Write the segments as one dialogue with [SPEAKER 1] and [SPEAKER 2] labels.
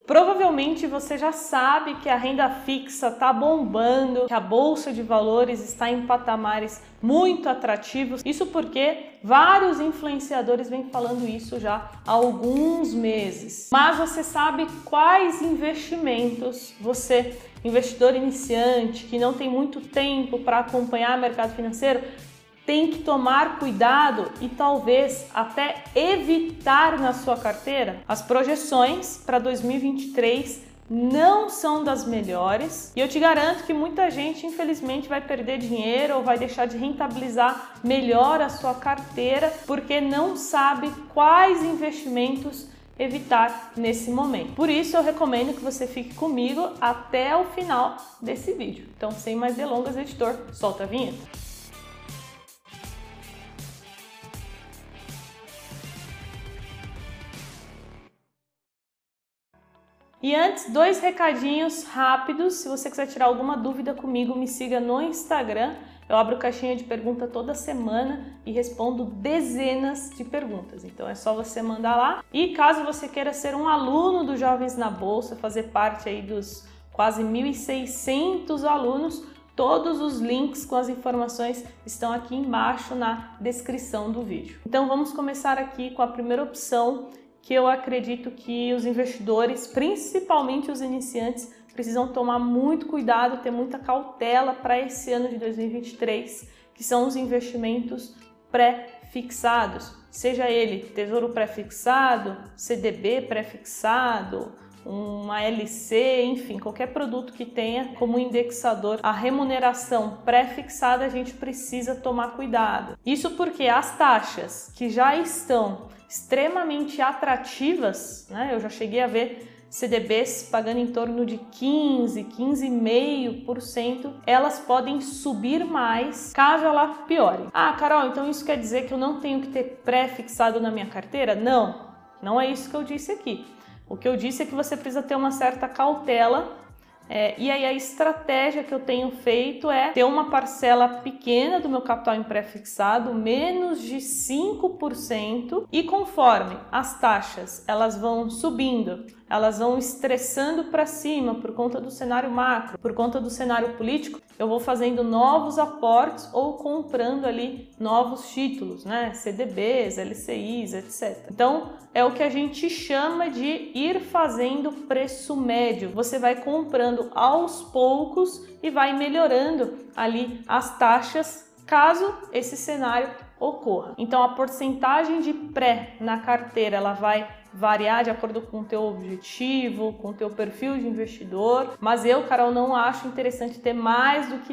[SPEAKER 1] Provavelmente você já sabe que a renda fixa está bombando, que a bolsa de valores está em patamares muito atrativos. Isso porque vários influenciadores vêm falando isso já há alguns meses. Mas você sabe quais investimentos você, investidor iniciante, que não tem muito tempo para acompanhar o mercado financeiro, tem que tomar cuidado e talvez até evitar na sua carteira? As projeções para 2023 não são das melhores e eu te garanto que muita gente infelizmente vai perder dinheiro ou vai deixar de rentabilizar melhor a sua carteira porque não sabe quais investimentos evitar nesse momento. Por isso eu recomendo que você fique comigo até o final desse vídeo. Então, sem mais delongas, editor, solta a vinheta. E antes, dois recadinhos rápidos. Se você quiser tirar alguma dúvida comigo, me siga no Instagram. Eu abro caixinha de pergunta toda semana e respondo dezenas de perguntas. Então é só você mandar lá. E caso você queira ser um aluno do Jovens na Bolsa, fazer parte aí dos quase 1.600 alunos, todos os links com as informações estão aqui embaixo na descrição do vídeo. Então vamos começar aqui com a primeira opção, que eu acredito que os investidores, principalmente os iniciantes, precisam tomar muito cuidado, ter muita cautela para esse ano de 2023, que são os investimentos pré-fixados, seja ele tesouro pré-fixado, CDB pré-fixado, uma LC, enfim, qualquer produto que tenha como indexador a remuneração pré-fixada, a gente precisa tomar cuidado. Isso porque as taxas que já estão extremamente atrativas, né? Eu já cheguei a ver CDBs pagando em torno de 15,5%, elas podem subir mais caso ela piore. Ah, Carol, então isso quer dizer que eu não tenho que ter pré-fixado na minha carteira? Não, não é isso que eu disse aqui. O que eu disse é que você precisa ter uma certa cautela. E aí a estratégia que eu tenho feito é ter uma parcela pequena do meu capital em pré-fixado, menos de 5%, e conforme as taxas elas vão subindo, elas vão estressando para cima por conta do cenário macro, por conta do cenário político, eu vou fazendo novos aportes ou comprando ali novos títulos, né? CDBs, LCIs, etc. Então, é o que a gente chama de ir fazendo preço médio. Você vai comprando aos poucos e vai melhorando ali as taxas caso esse cenário ocorra. Então, a porcentagem de pré na carteira ela vai variar de acordo com o teu objetivo, com o teu perfil de investidor, mas eu, Carol, não acho interessante ter mais do que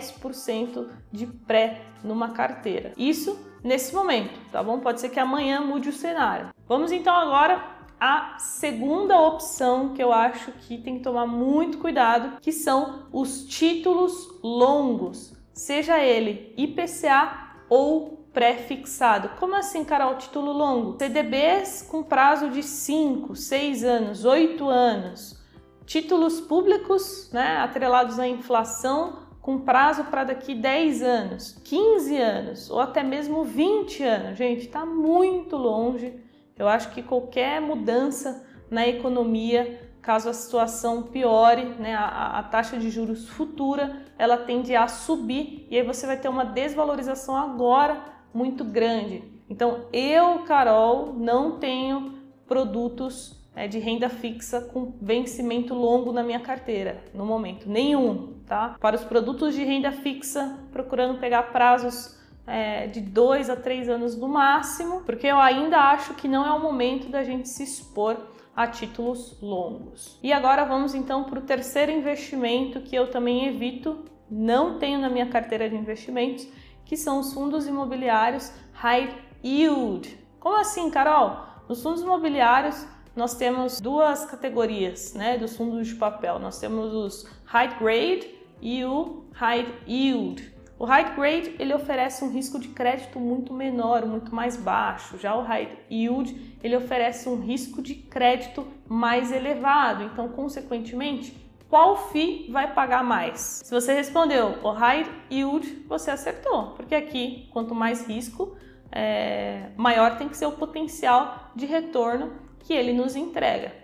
[SPEAKER 1] 10% de pré numa carteira. Isso nesse momento, tá bom? Pode ser que amanhã mude o cenário. Vamos então agora à segunda opção que eu acho que tem que tomar muito cuidado, que são os títulos longos, seja ele IPCA ou pré-fixado. Como assim, Carol, título longo? CDBs com prazo de 5, 6 anos, 8 anos. Títulos públicos, né, atrelados à inflação, com prazo para daqui 10 anos, 15 anos ou até mesmo 20 anos. Gente, está muito longe. Eu acho que qualquer mudança na economia, caso a situação piore, né, a taxa de juros futura, ela tende a subir e aí você vai ter uma desvalorização agora muito grande. Então, eu, Carol, não tenho produtos de renda fixa com vencimento longo na minha carteira, no momento, nenhum, tá? Para os produtos de renda fixa, procurando pegar prazos de 2 a 3 anos no máximo, porque eu ainda acho que não é o momento da gente se expor a títulos longos. E agora vamos então para o terceiro investimento que eu também evito, não tenho na minha carteira de investimentos, que são os fundos imobiliários High Yield. Como assim, Carol? Nos fundos imobiliários nós temos duas categorias, né, dos fundos de papel. Nós temos os High Grade e o High Yield. O High Grade ele oferece um risco de crédito muito menor, muito mais baixo. Já o High Yield ele oferece um risco de crédito mais elevado. Então, consequentemente, qual FII vai pagar mais? Se você respondeu o High Yield, você acertou, porque aqui, quanto mais risco, maior tem que ser o potencial de retorno que ele nos entrega.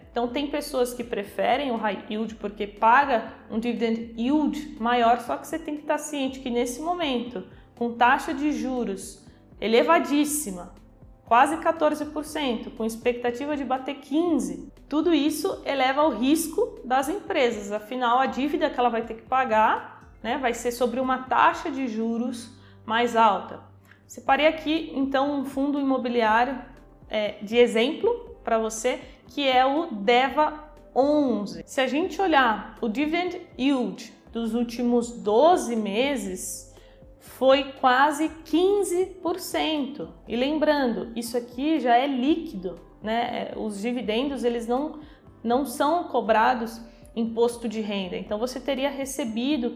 [SPEAKER 1] Então tem pessoas que preferem o high yield porque paga um dividend yield maior, só que você tem que estar ciente que nesse momento, com taxa de juros elevadíssima, quase 14%, com expectativa de bater 15%, tudo isso eleva o risco das empresas. Afinal, a dívida que ela vai ter que pagar, né, vai ser sobre uma taxa de juros mais alta. Separei aqui, então, um fundo imobiliário de exemplo para você, que é o DEVA 11. Se a gente olhar o dividend yield dos últimos 12 meses, foi quase 15%. E lembrando, isso aqui já é líquido, né? Os dividendos, eles não são cobrados imposto de renda. Então você teria recebido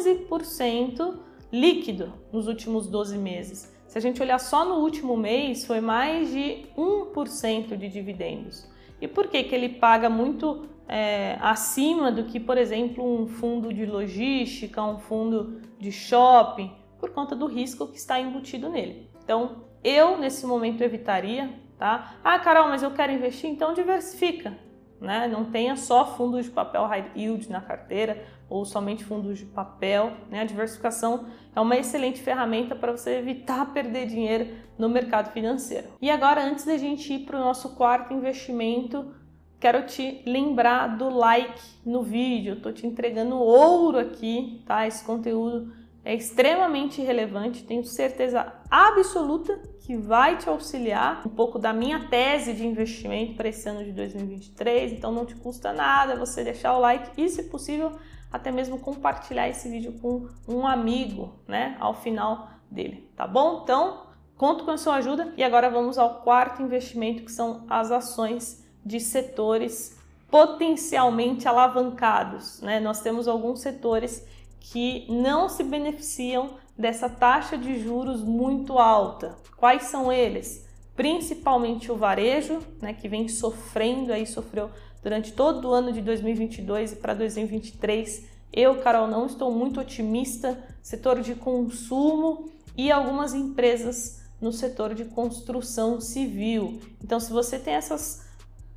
[SPEAKER 1] 15% líquido nos últimos 12 meses. Se a gente olhar só no último mês, foi mais de 1% de dividendos. E por que ele paga muito acima do que, por exemplo, um fundo de logística, um fundo de shopping? Por conta do risco que está embutido nele. Então, eu nesse momento evitaria, tá? Ah, Carol, mas eu quero investir, então diversifica, né? Não tenha só fundos de papel high yield na carteira ou somente fundos de papel, né? A diversificação é uma excelente ferramenta para você evitar perder dinheiro no mercado financeiro. E agora, antes da gente ir para o nosso quarto investimento, quero te lembrar do like no vídeo. Eu tô te entregando ouro aqui, tá? Esse conteúdo é extremamente relevante, tenho certeza absoluta que vai te auxiliar um pouco da minha tese de investimento para esse ano de 2023, então não te custa nada você deixar o like e, se possível, até mesmo compartilhar esse vídeo com um amigo, né, ao final dele, tá bom? Então, conto com a sua ajuda e agora vamos ao quarto investimento, que são as ações de setores potencialmente alavancados, né? Nós temos alguns setores que não se beneficiam dessa taxa de juros muito alta. Quais são eles? Principalmente o varejo, né, que vem sofrendo, sofreu durante todo o ano de 2022 e para 2023. Eu, Carol, não estou muito otimista. Setor de consumo e algumas empresas no setor de construção civil. Então, se você tem essas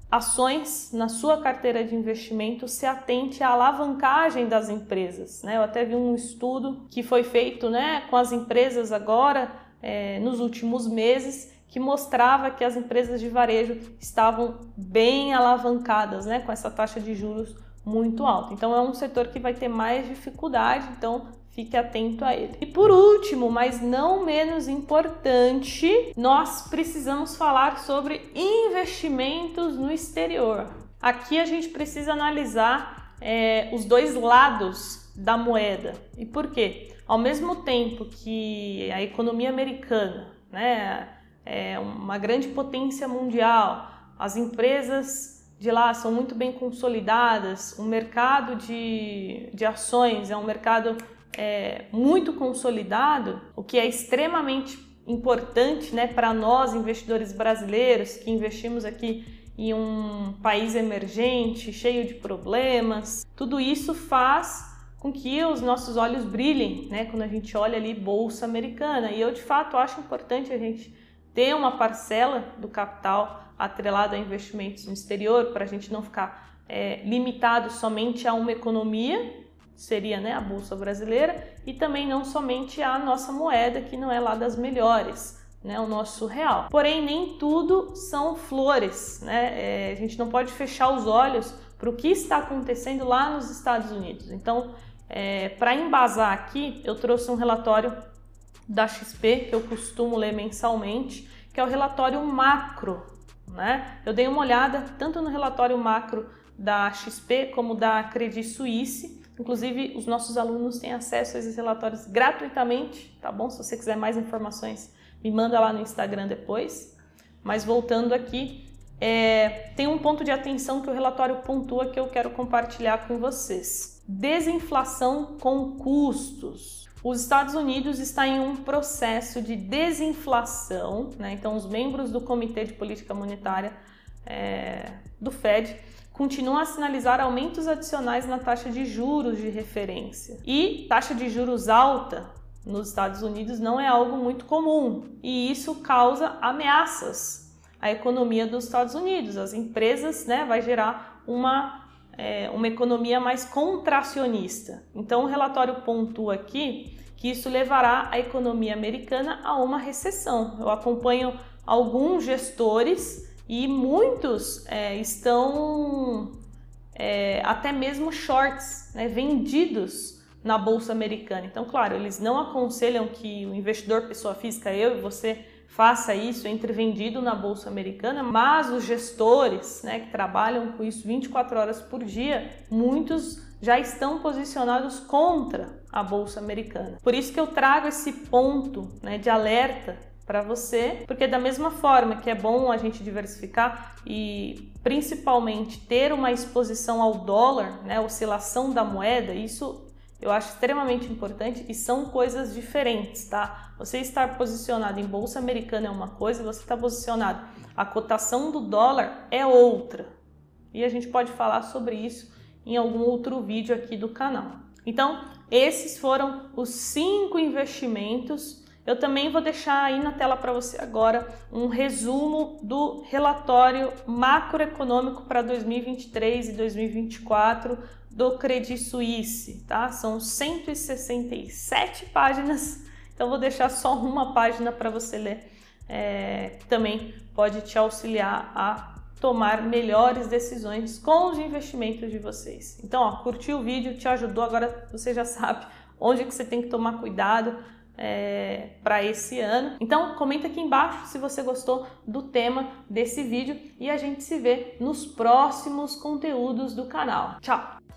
[SPEAKER 1] ações na sua carteira de investimento, se atente à alavancagem das empresas, né? Eu até vi um estudo que foi feito, né, com as empresas agora, nos últimos meses, que mostrava que as empresas de varejo estavam bem alavancadas, né, com essa taxa de juros muito alta. Então é um setor que vai ter mais dificuldade, então fique atento a ele. E por último, mas não menos importante, nós precisamos falar sobre investimentos no exterior. Aqui a gente precisa analisar os dois lados da moeda. E por quê? Ao mesmo tempo que a economia americana, né, é uma grande potência mundial, as empresas de lá são muito bem consolidadas, o mercado de ações é um mercado muito consolidado, o que é extremamente importante, né, para nós investidores brasileiros que investimos aqui em um país emergente, cheio de problemas. Tudo isso faz com que os nossos olhos brilhem, né, quando a gente olha ali bolsa americana. E eu de fato acho importante a gente ter uma parcela do capital atrelado a investimentos no exterior, para a gente não ficar limitado somente a uma economia, seria, né, a bolsa brasileira, e também não somente a nossa moeda, que não é lá das melhores, né, o nosso real. Porém, nem tudo são flores, né? A gente não pode fechar os olhos para o que está acontecendo lá nos Estados Unidos. Então, para embasar aqui, eu trouxe um relatório da XP, que eu costumo ler mensalmente, que é o relatório macro, né? Eu dei uma olhada tanto no relatório macro da XP como da Credit Suisse. Inclusive, os nossos alunos têm acesso a esses relatórios gratuitamente, tá bom? Se você quiser mais informações, me manda lá no Instagram depois. Mas voltando aqui, tem um ponto de atenção que o relatório pontua que eu quero compartilhar com vocês. Desinflação com custos. Os Estados Unidos está em um processo de desinflação, né? Então, os membros do Comitê de Política Monetária do Fed continuam a sinalizar aumentos adicionais na taxa de juros de referência. E taxa de juros alta nos Estados Unidos não é algo muito comum, e isso causa ameaças à economia dos Estados Unidos. As empresas, né, vai gerar uma economia mais contracionista. Então o relatório pontua aqui que isso levará a economia americana a uma recessão. Eu acompanho alguns gestores e muitos estão até mesmo shorts, né, vendidos na Bolsa Americana. Então, claro, eles não aconselham que o investidor pessoa física, eu e você, faça isso, entre vendido na Bolsa Americana, mas os gestores, né, que trabalham com isso 24 horas por dia, muitos já estão posicionados contra a Bolsa Americana. Por isso que eu trago esse ponto, né, de alerta para você, porque da mesma forma que é bom a gente diversificar e principalmente ter uma exposição ao dólar, né, oscilação da moeda, isso eu acho extremamente importante e são coisas diferentes, tá? Você estar posicionado em Bolsa Americana é uma coisa, você está posicionado, a cotação do dólar é outra. E a gente pode falar sobre isso em algum outro vídeo aqui do canal. Então, esses foram os 5 investimentos. Eu também vou deixar aí na tela para você agora um resumo do relatório macroeconômico para 2023 e 2024 do Credit Suisse, tá? São 167 páginas, então vou deixar só uma página para você ler, que também pode te auxiliar a tomar melhores decisões com os investimentos de vocês. Então, ó, curtiu o vídeo, te ajudou, agora você já sabe onde que você tem que tomar cuidado para esse ano. Então comenta aqui embaixo se você gostou do tema desse vídeo e a gente se vê nos próximos conteúdos do canal. Tchau!